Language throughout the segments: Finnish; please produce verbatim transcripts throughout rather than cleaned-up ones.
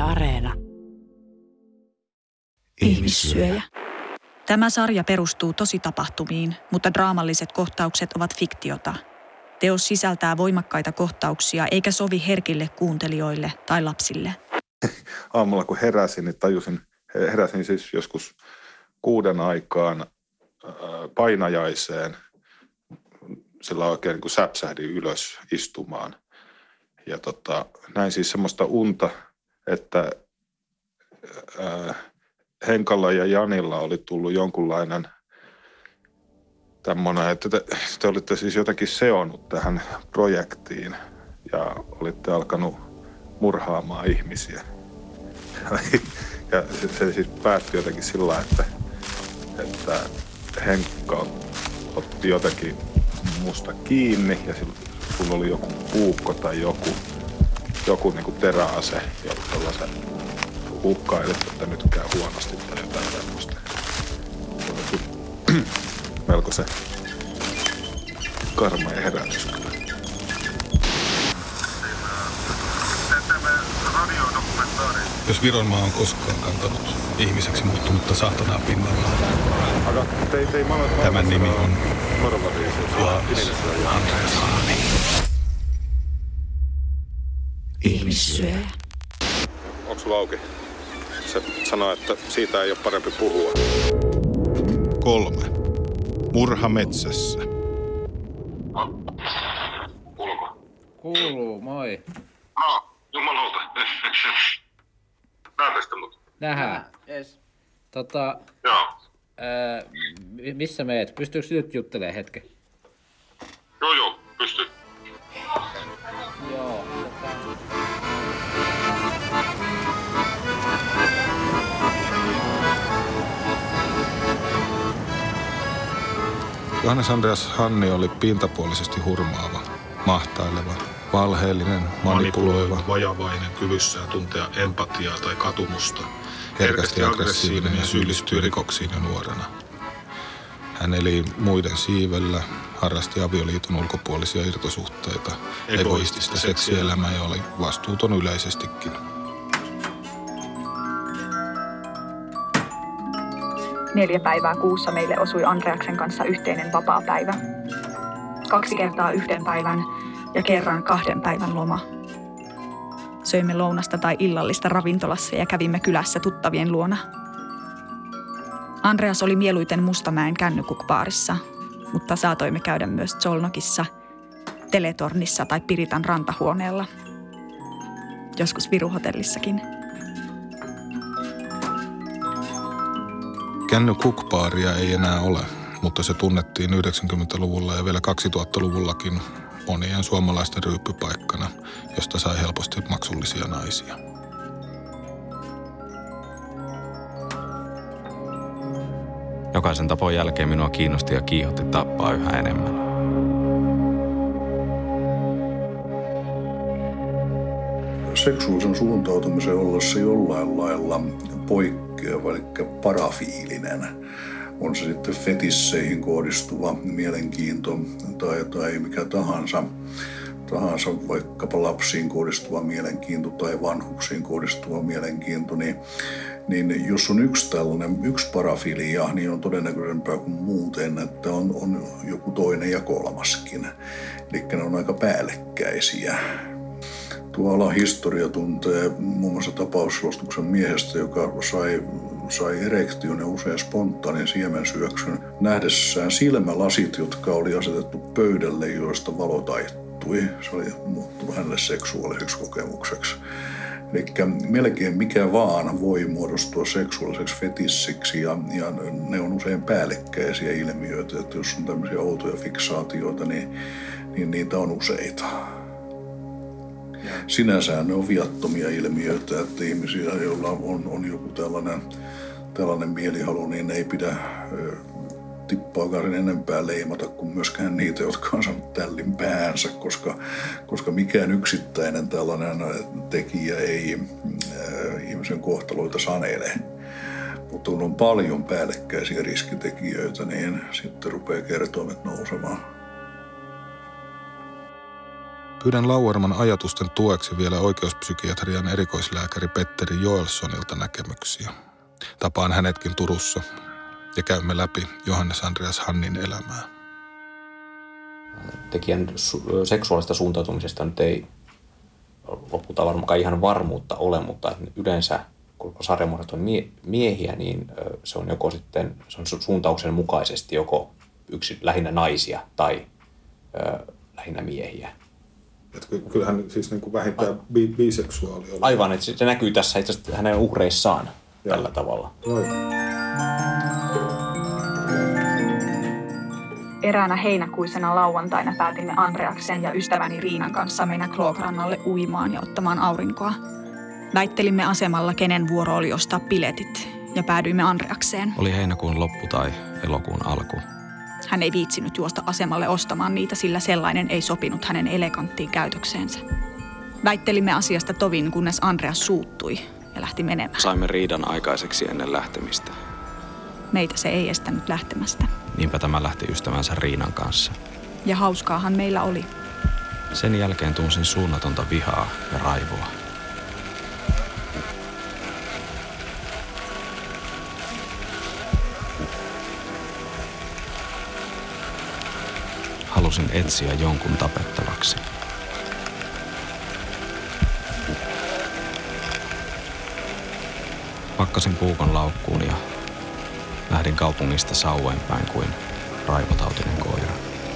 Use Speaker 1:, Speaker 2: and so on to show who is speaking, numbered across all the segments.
Speaker 1: Areena.
Speaker 2: Ihmissyöjä. Tämä sarja perustuu tositapahtumiin, mutta draamalliset kohtaukset ovat fiktiota. Teos sisältää voimakkaita kohtauksia eikä sovi herkille kuuntelijoille tai lapsille.
Speaker 3: Aamulla kun heräsin, niin tajusin, heräsin siis joskus kuuden aikaan painajaiseen. Sillä oikein niin kuin säpsähdin ylös istumaan. Ja tota, näin siis semmoista unta, että ää, Henkalla ja Janilla oli tullut jonkunlainen tämmöinen, että te, te olitte siis jotenkin seonnut tähän projektiin ja olitte alkanut murhaamaan ihmisiä. Ja se, se siis päättyi jotenkin sillä, että, että Henkka otti jotenkin musta kiinni ja sulla oli joku puukko tai joku, joku niin kuin teräase, jolla sä uhkailit, että nyt käy huonosti tai jotain tämmöistä. Se oli melko se karma ja herätys kyllä.
Speaker 4: Jos Vironmaa on koskaan kantanut ihmiseksi muuttunutta saatanaa pinnallaan. Tämän nimi on Johannes Haani.
Speaker 2: Ihmissyöjä.
Speaker 3: Onko sulla auki? Se sanoo, että siitä ei ole parempi puhua.
Speaker 4: Kolme. Murha metsässä.
Speaker 5: Kuuluuko?
Speaker 6: Kuuluu, moi.
Speaker 5: No, jumalauta. Näetkö mut?
Speaker 6: Nähdään. Yes. Tota,
Speaker 5: Joo.
Speaker 6: ää, missä meet? Pystyykö nyt juttelemaan hetken?
Speaker 5: Joo, joo, pystyy.
Speaker 6: Joo, tota...
Speaker 4: Johannes Andreas Hanni oli pintapuolisesti hurmaava, mahtaileva, valheellinen, manipuloiva,
Speaker 7: vajavainen kyvyssään tuntea empatiaa tai katumusta,
Speaker 4: herkästi aggressiivinen ja syyllistyy rikoksiin jo nuorena. Hän eli muiden siivellä, harrasti avioliiton ulkopuolisia irtosuhteita, egoistista seksielämää ja oli vastuuton yleisestikin.
Speaker 8: Neljä päivää kuussa meille osui Andreaksen kanssa yhteinen vapaapäivä. Kaksi kertaa yhden päivän ja kerran kahden päivän loma. Söimme lounasta tai illallista ravintolassa ja kävimme kylässä tuttavien luona. Andreas oli mieluiten Mustamäen kännykukbaarissa, mutta saatoimme käydä myös Zolnokissa, Teletornissa tai Piritan rantahuoneella. Joskus Viru-hotellissakin.
Speaker 4: Kännykukbaaria ei enää ole, mutta se tunnettiin yhdeksänkymmentäluvulla ja vielä kaksituhattaluvullakin monien suomalaisten ryyppypaikkana, josta sai helposti maksullisia naisia.
Speaker 9: Jokaisen tapon jälkeen minua kiinnosti ja kiihotti tappaa yhä enemmän.
Speaker 10: Seksuaalisen suuntautumisen ollessa jollain lailla poikkeava, eli parafiilinen. On se sitten fetisseihin kohdistuva mielenkiinto tai, tai mikä tahansa, tahansa, vaikkapa lapsiin kohdistuva mielenkiinto tai vanhuksiin kohdistuva mielenkiinto, niin, niin jos on yksi tällainen, yksi parafilia, niin on todennäköisempää kuin muuten, että on, on joku toinen ja kolmaskin. Eli ne on aika päällekkäisiä. Tuo alan historia tuntee muun muassa tapaussuostuksen miehestä, joka sai, sai erektion ja usein spontaanin siemensyöksyn nähdessään silmälasit, jotka oli asetettu pöydälle, joista valo taittui. Se oli muuttunut hänelle seksuaaliseksi kokemukseksi. Eli melkein mikä vaan voi muodostua seksuaaliseksi fetissiksi ja, ja ne on usein päällekkäisiä ilmiöitä. Että jos on tämmöisiä outoja fiksaatioita, niin, niin niitä on useita. Sinänsä ne on viattomia ilmiöitä, että ihmisiä, joilla on, on joku tällainen, tällainen mielihalu, niin ei pidä ö, tippaakaan sen enempää leimata kuin myöskään niitä, jotka on saanut tällin päänsä, koska, koska mikään yksittäinen tällainen tekijä ei ö, ihmisen kohtaloita sanele. Mutta kun on paljon päällekkäisiä riskitekijöitä, niin sitten rupeaa kertoimet nousemaan.
Speaker 4: Pyydän Lauerman ajatusten tueksi vielä oikeuspsykiatrian erikoislääkäri Petteri Joelssonilta näkemyksiä. Tapaan hänetkin Turussa ja käymme läpi Johannes Andreas Hannin elämää.
Speaker 1: Tekijän su- seksuaalista suuntautumisesta nyt ei lopulta varmaan ihan varmuutta ole, mutta yleensä kun sarjamurhat on mie- miehiä, niin se on joko sitten se on suuntauksen mukaisesti joko yksi lähinnä naisia tai ö, lähinnä miehiä.
Speaker 4: Että kyllähän siis niin kuin vähintään bi- biseksuaali on.
Speaker 1: Aivan, että se näkyy tässä itse asiassa hänen uhreissaan ja tällä tavalla.
Speaker 8: Eräänä heinäkuisena lauantaina päätimme Andreaksen ja ystäväni Riinan kanssa mennä Klookrannalle uimaan ja ottamaan aurinkoa. Väittelimme asemalla, kenen vuoro oli ostaa piletit, ja päädyimme Andreakseen.
Speaker 9: Oli heinäkuun loppu tai elokuun alku.
Speaker 2: Hän ei viitsinyt juosta asemalle ostamaan niitä, sillä sellainen ei sopinut hänen eleganttiin käytökseensä. Väittelimme asiasta tovin, kunnes Andreas suuttui ja lähti menemään.
Speaker 9: Saimme riidan aikaiseksi ennen lähtemistä.
Speaker 2: Meitä se ei estänyt lähtemästä.
Speaker 9: Niinpä tämä lähti ystävänsä Riinan kanssa.
Speaker 2: Ja hauskaahan meillä oli.
Speaker 9: Sen jälkeen tunsin suunnatonta vihaa ja raivoa. Halusin etsiä jonkun tapettavaksi. Pakkasin puukon laukkuun ja lähdin kaupungista sauen päin kuin raivotautinen koira.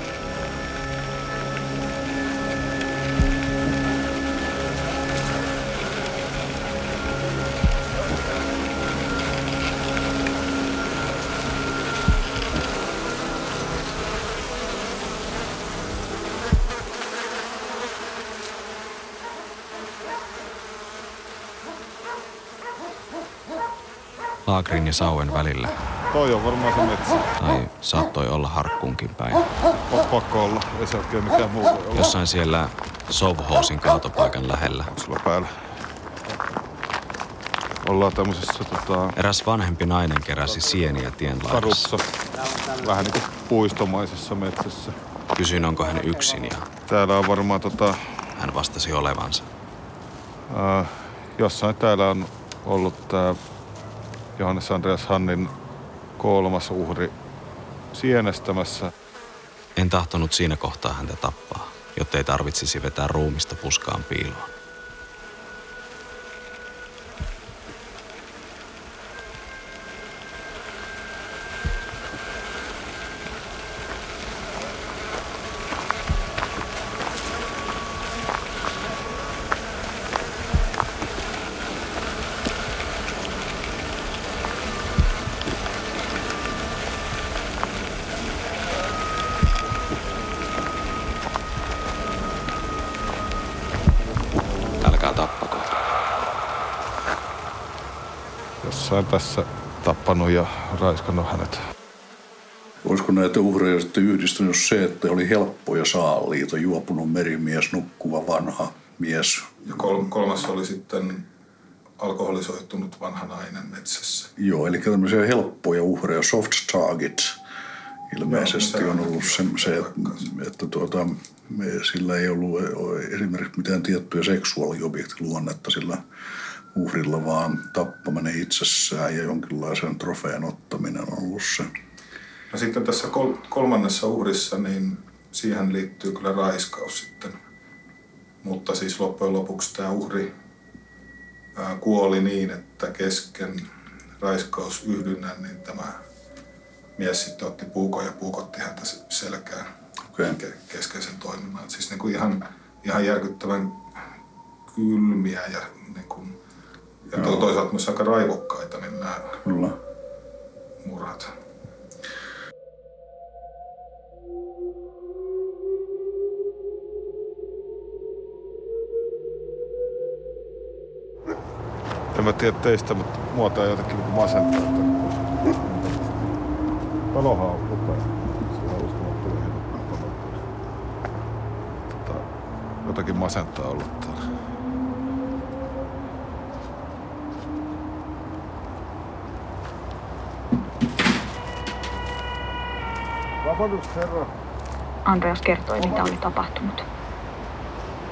Speaker 9: Laakrin ja sauen välillä.
Speaker 3: Toi on varmaan se metsä.
Speaker 9: Tai saattoi olla Harkkuunkin päin.
Speaker 3: Pakko olla, ei se oikein mikään muu voi olla.
Speaker 9: Jossain siellä Sovhoosin kaatopaikan lähellä.
Speaker 3: Sulla päällä. Ollaan tämmöisessä tota...
Speaker 9: Eräs vanhempi nainen keräsi sieniä tien laidassa.
Speaker 3: Vähän niin kuin puistomaisessa metsässä.
Speaker 9: Kysyin, onko hän yksin ja...
Speaker 3: Täällä on varmaan tota...
Speaker 9: Hän vastasi olevansa.
Speaker 3: Äh, jossain täällä on ollut tää Johannes Andreas Hannin kolmas uhri sienestämässä.
Speaker 9: En tahtonut siinä kohtaa häntä tappaa, jottei tarvitsisi vetää ruumista puskaan piiloon. Älkää tappako.
Speaker 3: Jossain tässä tappanut ja raiskannut hänet.
Speaker 10: Olisiko näitä uhreja sitten yhdistynyt se, että oli helppoja saaliita, juopunut merimies, nukkuva vanha mies?
Speaker 3: Ja kol- kolmas oli sitten alkoholisoitunut vanha nainen metsässä.
Speaker 10: Joo, eli tämmöisiä helppoja uhreja, soft targets ilmeisesti Joo, on ollut se, se että, että tuota, me, sillä ei ollut esimerkiksi mitään tiettyä seksuaaliobjektiluonnetta sillä uhrilla, vaan tappaminen itsessään ja jonkinlaisen trofeen ottaminen on ollut se.
Speaker 3: No sitten tässä kol- kolmannessa uhrissa, niin siihen liittyy kyllä raiskaus sitten. Mutta siis loppujen lopuksi tämä uhri ää, kuoli niin, että kesken raiskausyhdynnän, niin tämä mies sitten otti puukon ja puukotti häntä selkään okay. ke- keskeisen toiminnan. Et siis niin kuin ihan, ihan järkyttävän kylmiä ja, niin kuin, ja to- toisaalta myös aika raivokkaita niin nämä
Speaker 10: Kyllä.
Speaker 3: murhat. En mä tiedä teistä, mutta mua tää jotenkin niin masentaa. Talohan on upea. Siellä on uskomattomia hienoja. Tota, jotakin masentaa ollut täällä.
Speaker 8: Andreas kertoi, mitä oli tapahtunut.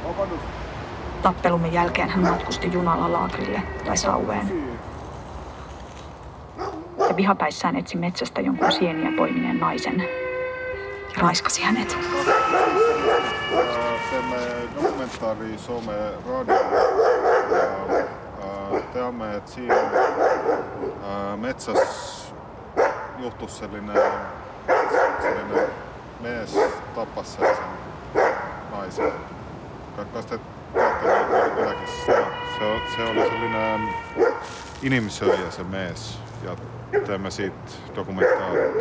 Speaker 8: Tappelumme jälkeen hän matkusti junalla laagrille tai Sauveen. Ja vihapäissään etsi metsästä jonkun sieniä poimineen naisen ja raiskasi hänet.
Speaker 3: Teemme dokumentaari some radiolla ja teemme, että siinä metsässä juhtus sellainen, sellainen mies tappasi sen naisen. Kas te teette jotakin. Se, se oli sellainen inimsöijä se mies ja teemme siitä dokumentaarit.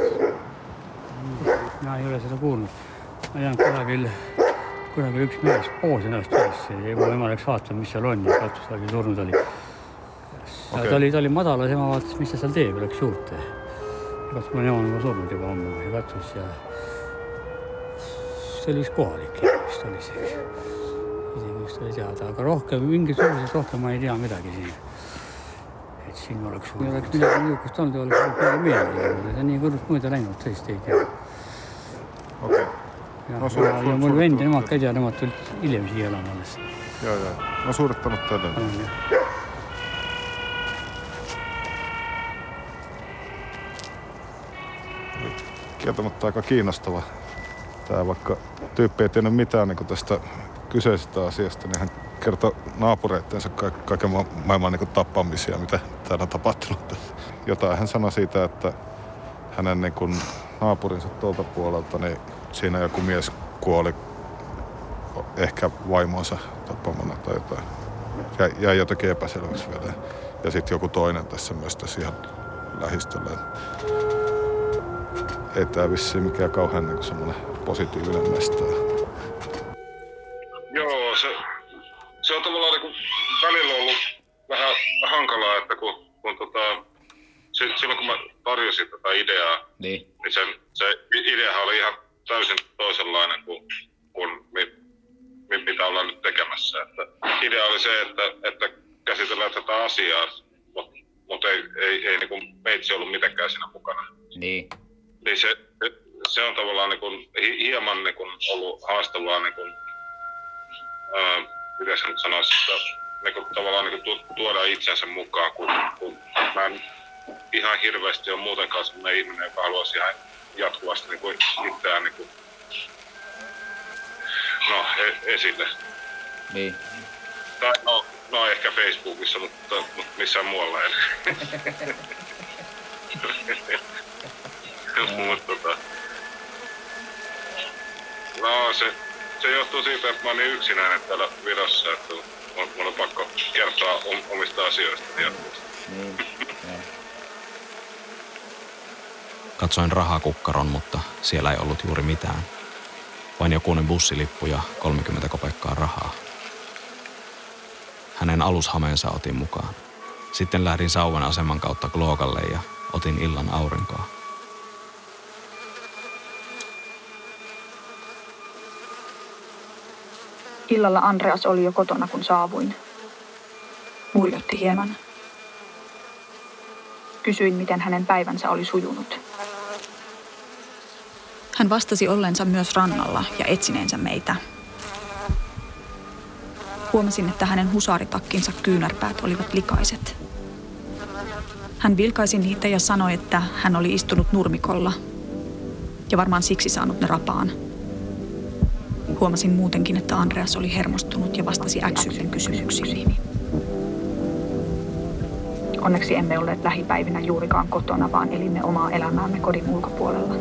Speaker 11: Mä ei ole sitä kuullut. Mä jään kusagil, kusagil üks mees poos ennast üles ja mu ema läks vaatama, mis seal on ja katsus, ta oli surnud oli. Okay. Ta oli, ta oli madalas ja ma vaatas, mis ta seal teeb, läks juurde. Ja katsus, ma ema on surnud juba ammu ja katsus ja see oli üks kohalik ja vist oli see. Isegi vist oli teada, aga rohkem, mingisugusest rohkem ma ei tea midagi siin. Et siin oleks, kui oleks midagi niisugust olnud, oleks väga meeldinud. See on nii kõrvust mõõda läinud, tõesti ei tea.
Speaker 3: Okei. Okay.
Speaker 11: Ja, no, suur, ja, ja mul vend ja nemad ka ei tea, nemad tulid hiljem siia elama alles.
Speaker 3: Jaa, jaa. No suuret tänud teile. Kieltämättä aika kiinnostava. Tää vaikka tyyppi ei tiennyt mitään niin tästä kyseisestä asiasta, niin hän kertoi naapureittensa ka- kaiken ma- maailman niin tappamisia, mitä täällä on tapahtunut. Jotain hän sanoi siitä, että hänen niin kuin naapurinsa tuolta puolelta, niin siinä joku mies kuoli ehkä vaimonsa tappamana tai jotain. Ja jäi jotakin epäselväksi vielä. Ja sitten joku toinen tässä myös tässä ihan lähistöllä. Ei tää vissiin mikään kauhean niin semmoinen positiivinen mestää.
Speaker 5: Joo, se, se on tavallaan niin välillä ollut vähän hankalaa, että kun, kun tota, silloin kun mä tarjosin tätä ideaa, niin, niin sen, se ideahan oli ihan täysin toisenlainen kuin, kuin mitä ollaan nyt tekemässä. Että idea oli se, että, että käsitellään tätä asiaa, mutta mut ei, ei, ei niin meitsi ollut mitenkään siinä mukana.
Speaker 6: Niin.
Speaker 5: Niin se, se on tavallaan niin kuin, hieman niin kuin ollut haastavaa, niin kuin, ää, miten se nyt sanoisi, että niin kuin, tavallaan niin kuin tuoda itsensä mukaan, kun, kun mä en ihan hirveästi ole muutenkaan sellainen ihminen, joka haluaisi ihan jatkuvasti niin kuin itseään niin kuin, no, e- esille.
Speaker 6: Niin.
Speaker 5: Tai no, no ehkä Facebookissa, mutta, mutta missään muualla en. Mutta tota, no se, se johtuu siitä, että mä oon niin yksinäinen täällä Virossa, että mun, mun on pakko kertoa omista asioista jatkuvasti.
Speaker 6: Niin,
Speaker 9: Katsoin rahakukkaron, mutta siellä ei ollut juuri mitään. Vain jokunen bussilippu ja kolmekymmentä kopeekkaa rahaa. Hänen alushameensa otin mukaan. Sitten lähdin Sauven aseman kautta Gloogalle ja otin illan aurinkoa.
Speaker 8: Illalla Andreas oli jo kotona, kun saavuin. Huijotti hieman. Kysyin, miten hänen päivänsä oli sujunut.
Speaker 2: Hän vastasi ollensa myös rannalla ja etsineensä meitä. Huomasin, että hänen husaaritakkinsa kyynärpäät olivat likaiset. Hän vilkaisi niitä ja sanoi, että hän oli istunut nurmikolla ja varmaan siksi saanut ne rapaan. Huomasin muutenkin, että Andreas oli hermostunut ja vastasi äksylleen kysymyksiini.
Speaker 8: Onneksi emme olleet lähipäivinä juurikaan kotona, vaan elimme omaa elämäämme kodin ulkopuolella.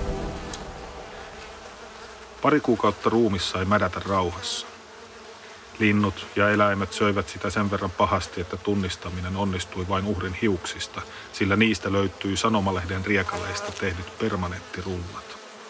Speaker 7: Pari kuukautta ruumissa ei mädätä rauhassa. Linnut ja eläimet söivät sitä sen verran pahasti, että tunnistaminen onnistui vain uhrin hiuksista, sillä niistä löytyi sanomalehden riekaleista tehdyt permanenttirullat.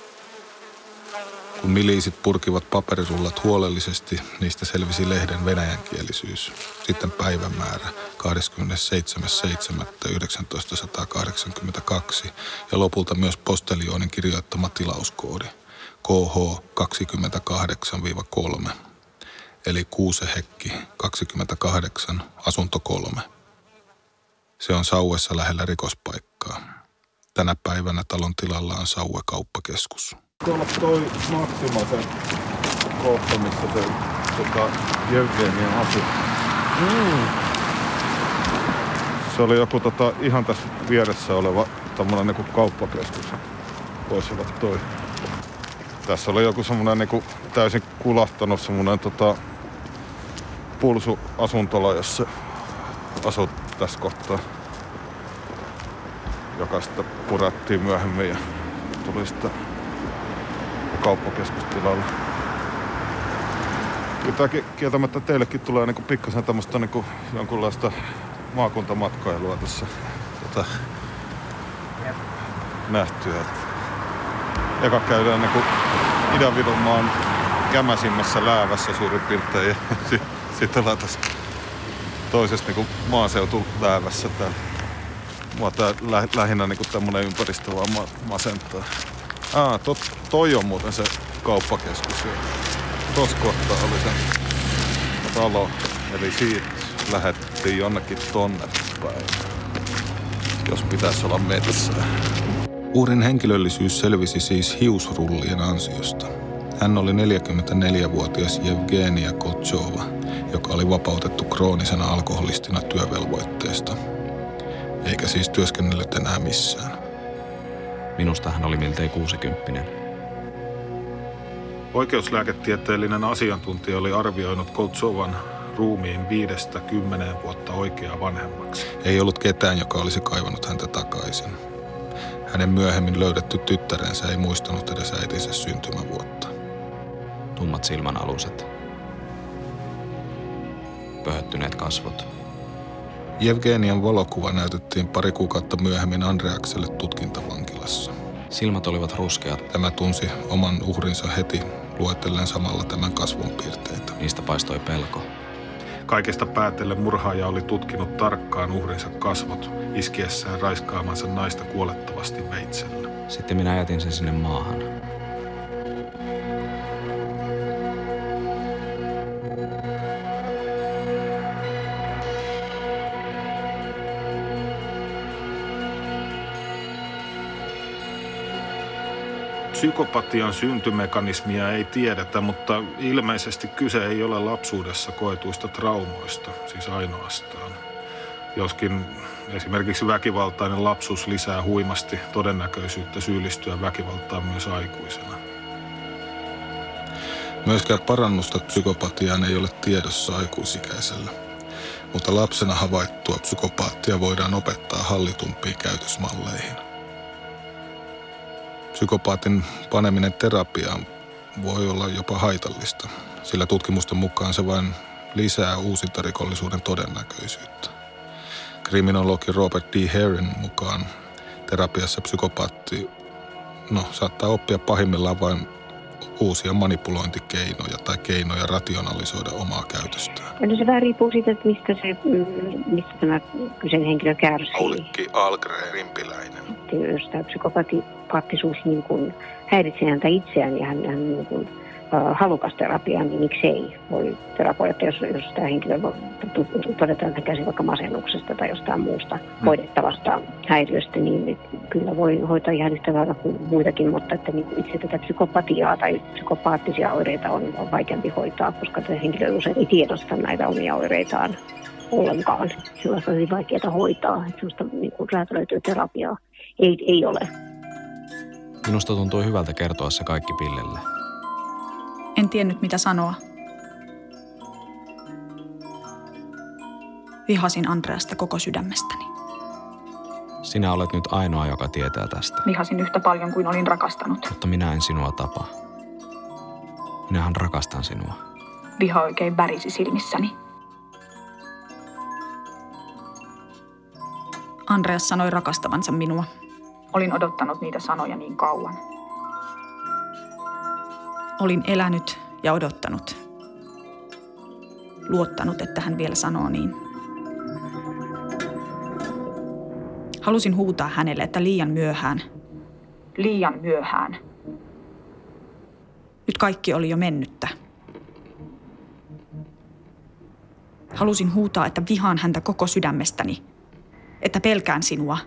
Speaker 4: Kun miliisit purkivat paperirullat huolellisesti, niistä selvisi lehden venäjänkielisyys. Sitten päivämäärä kahdeskymmenesseitsemäs seitsemättä yhdeksäntoistasataakahdeksankymmentäkaksi ja lopulta myös Postelioonin kirjoittama tilauskoodi K H kaksikymmentäkahdeksan kolme eli Kuusehekki kaksikymmentäkahdeksan asunto kolme. Se on Sauessa lähellä rikospaikkaa. Tänä päivänä talon tilalla on Saue kauppakeskus.
Speaker 3: Tuolla toi Maxima se kohta, missä se tota, Jevgenia asui. Mm. Se oli joku tota, ihan tässä vieressä oleva tommonen niinku kauppakeskus. Voisi olla toi. Tässä oli joku semmonen niinku täysin kulahtanut semmonen tota pulsuasuntola, jossa asui tässä kohtaa. Joka sitten purattiin myöhemmin ja tuli sitten kauppakeskustilalle. Kyllä tää kieltämättä teillekin tulee niinku pikkasen tämmöstä niinku jonkunlaista maakuntamatkailua tässä tota, nähtyä. Eka käydään niinku Itä-Virunmaan kämäsimmässä läävässä suurin piirtein ja sitten ollaan tässä toisessa niinku maaseutuläävässä täällä. Mua tää lä- lähinnä niinku tämmönen ympäristö vaan ma- masentaa. Aa, tot, toi on muuten se kauppakeskus. Tuossa kohtaa oli se talo. Eli siitä lähdettiin jonnekin tonne päin, jos pitäisi olla metsää.
Speaker 4: Uhrin henkilöllisyys selvisi siis hiusrullien ansiosta. Hän oli neljäkymmentäneljävuotias Jevgenia Koltšova, joka oli vapautettu kroonisena alkoholistina työvelvoitteesta. Eikä siis työskennellyt enää missään.
Speaker 9: Minusta hän oli miltei kuusikymppinen.
Speaker 7: Oikeuslääketieteellinen asiantuntija oli arvioinut Koltšovan ruumiin viidestä kymmeneen vuotta oikeaa vanhemmaksi.
Speaker 4: Ei ollut ketään, joka olisi kaivannut häntä takaisin. Hänen myöhemmin löydetty tyttärensä ei muistanut edes äitinsä syntymävuotta.
Speaker 9: Tummat silmänaluset. Pöhöttyneet kasvot.
Speaker 4: Jevgenian valokuva näytettiin pari kuukautta myöhemmin Andreakselle tutkintavankilassa.
Speaker 9: Silmät olivat ruskeat.
Speaker 4: Tämä tunsi oman uhrinsa heti luetellen samalla tämän kasvonpiirteitä.
Speaker 9: Niistä paistoi pelko.
Speaker 7: Kaikesta päätellen murhaaja oli tutkinut tarkkaan uhrinsa kasvot, iskiessään raiskaamansa naista kuolettavasti veitsellä.
Speaker 9: Sitten minä jätin sen sinne maahan.
Speaker 7: Psykopatian syntymekanismia ei tiedetä, mutta ilmeisesti kyse ei ole lapsuudessa koetuista traumoista, siis ainoastaan. Joskin esimerkiksi väkivaltainen lapsuus lisää huimasti todennäköisyyttä syyllistyä väkivaltaan myös aikuisena.
Speaker 4: Myöskään parannusta psykopatiaan ei ole tiedossa aikuisikäisellä, mutta lapsena havaittua psykopaattia voidaan opettaa hallitumpiin käytösmalleihin. Psykopaatin paneminen terapiaan voi olla jopa haitallista, sillä tutkimusten mukaan se vain lisää uusintarikollisuuden todennäköisyyttä. Kriminologi Robert D. Herin mukaan terapiassa psykopaatti no, saattaa oppia pahimmillaan vain uusia manipulointikeinoja tai keinoja rationalisoida omaa käytöstään.
Speaker 12: No se vähän riippuu siitä, että mistä, se, mistä tämä kyseinen henkilö kärsii.
Speaker 4: Aulikki Algren Rimpiläinen.
Speaker 12: Jos tämä psykopaattisuus niin kuin häiritsee häntä itseään ja hän, hän niin kuin, uh, halukas terapiaan, niin miksei voi terapoida, jos, jos tämä henkilö todetaan, että hän kärsii vaikka masennuksesta tai jostain muusta hmm. hoidettavasta häiriöstä, niin kyllä voi hoitaa ihan yhtä lailla kuin muitakin, mutta että niin itse tätä psykopatiaa tai psykopaattisia oireita on, on vaikeampi hoitaa, koska tämä henkilö usein ei tiedosta näitä omia oireitaan ollenkaan. Sellaista on hyvin vaikeaa hoitaa, että sellaista niin kuin räätälöityä terapiaa ei, ei ole.
Speaker 9: Minusta tuntui hyvältä kertoa se kaikki Pillelle.
Speaker 2: En tiennyt, mitä sanoa. Vihasin Andreasta koko sydämestäni.
Speaker 9: Sinä olet nyt ainoa, joka tietää tästä.
Speaker 8: Vihasin yhtä paljon kuin olin rakastanut.
Speaker 9: Mutta minä en sinua tapa. Minähän rakastan sinua.
Speaker 8: Viha oikein värisi silmissäni.
Speaker 2: Andreas sanoi rakastavansa minua.
Speaker 8: Olin odottanut niitä sanoja niin kauan.
Speaker 2: Olin elänyt ja odottanut. Luottanut, että hän vielä sanoo niin. Halusin huutaa hänelle, että liian myöhään.
Speaker 8: Liian myöhään.
Speaker 2: Nyt kaikki oli jo mennyttä. Halusin huutaa, että vihaan häntä koko sydämestäni. Että pelkään sinua.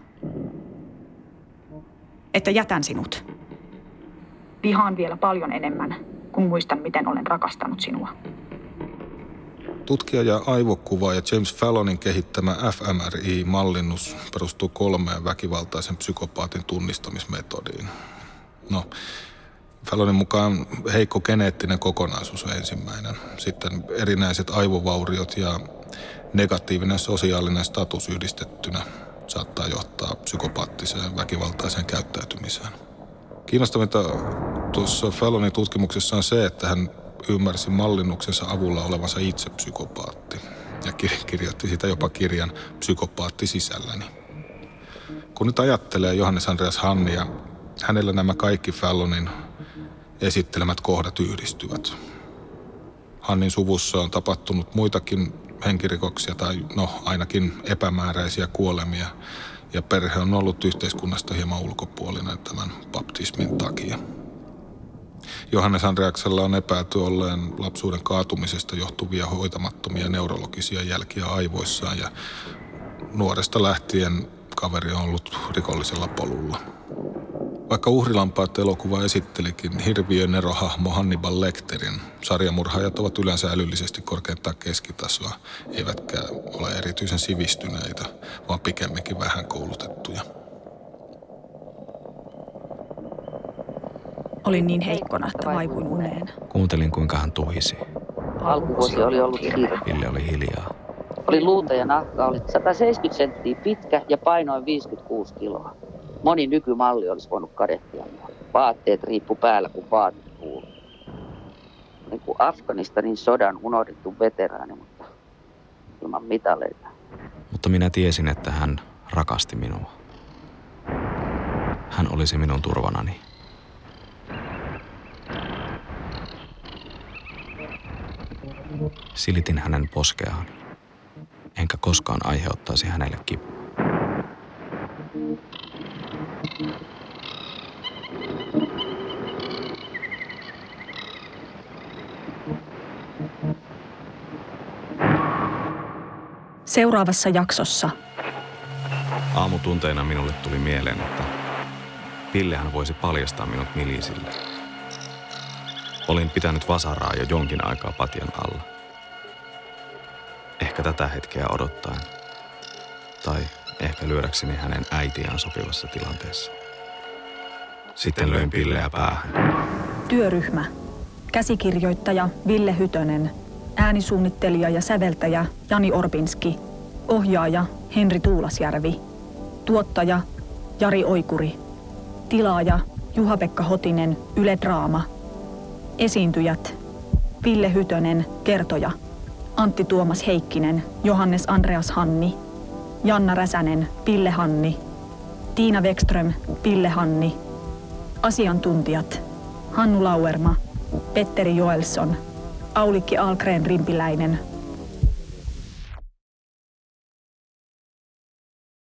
Speaker 2: Että jätän sinut.
Speaker 8: Vihaan vielä paljon enemmän, kun muistan, miten olen rakastanut sinua.
Speaker 4: Tutkija ja aivokuvaaja James Fallonin kehittämä F M R I-mallinnus perustuu kolmeen väkivaltaisen psykopaatin tunnistamismetodiin. No, Fallonin mukaan heikko geneettinen kokonaisuus on ensimmäinen. Sitten erinäiset aivovauriot ja negatiivinen sosiaalinen status yhdistettynä saattaa johtaa psykopaattiseen väkivaltaiseen käyttäytymiseen. Kiinnostavinta tuossa Fallonin tutkimuksessa on se, että hän ymmärsi mallinnuksensa avulla olevansa itse psykopaatti ja kirjoitti siitä jopa kirjan Psykopaatti sisälläni. Kun nyt ajattelee Johannes Andreas Hannia, hänellä nämä kaikki Fallonin esittelemät kohdat yhdistyvät. Hannin suvussa on tapahtunut muitakin henkirikoksia tai no ainakin epämääräisiä kuolemia ja perhe on ollut yhteiskunnasta hieman ulkopuolinen tämän baptismin takia. Johannes Andreaksella on epäilty olleen lapsuuden kaatumisesta johtuvia hoitamattomia neurologisia jälkiä aivoissaan ja nuoresta lähtien kaveri on ollut rikollisella polulla. Vaikka Uhrilampaat elokuva esittelikin hirviön erohahmo Hannibal Lecterin, sarjamurhaajat ovat yleensä älyllisesti korkeintaan keskitasoa, eivätkä ole erityisen sivistyneitä, vaan pikemminkin vähän koulutettuja.
Speaker 2: Olin niin heikkona, että vaivuin uneen.
Speaker 9: Kuuntelin, kuinka hän tuhisi.
Speaker 13: Alkuvuosi oli ollut kiire.
Speaker 9: Ville oli hiljaa.
Speaker 13: Oli luuta ja nahka, oli sata seitsemänkymmentä senttiä pitkä ja painoin viisikymmentäkuusi kiloa. Moni nykymalli olisi voinut kadehtia mua. Vaatteet riippu päällä, kun vaatit kuuluu. Niin kuin Afganistanin sodan unohdettu veteraani, mutta ilman mitaleita.
Speaker 9: Mutta minä tiesin, että hän rakasti minua. Hän olisi minun turvanani. Silitin hänen poskeaan, enkä koskaan aiheuttaisi hänelle kipua.
Speaker 2: Seuraavassa jaksossa.
Speaker 9: Aamutunteina minulle tuli mieleen, että Pillehän voisi paljastaa minut milisille. Olin pitänyt vasaraa jo jonkin aikaa patjan alla. Ehkä tätä hetkeä odottaen. Tai ehkä lyödäkseni hänen äitiään sopivassa tilanteessa. Sitten löin Pilleä päähän.
Speaker 2: Työryhmä. Käsikirjoittaja Ville Hytönen. Äänisuunnittelija ja säveltäjä Jani Orbinski. Ohjaaja Henri Tuulasjärvi. Tuottaja Jari Oikuri. Tilaaja Juha-Pekka Hotinen, Yle Draama. Esiintyjät Ville Hytönen, kertoja. Antti Tuomas Heikkinen, Johannes Andreas Hanni. Janna Räsänen, Pille Hanni. Tiina Wexström, Pille Hanni. Asiantuntijat Hannu Lauerma, Petteri Joelsson, Aulikki Algren Rimpiläinen,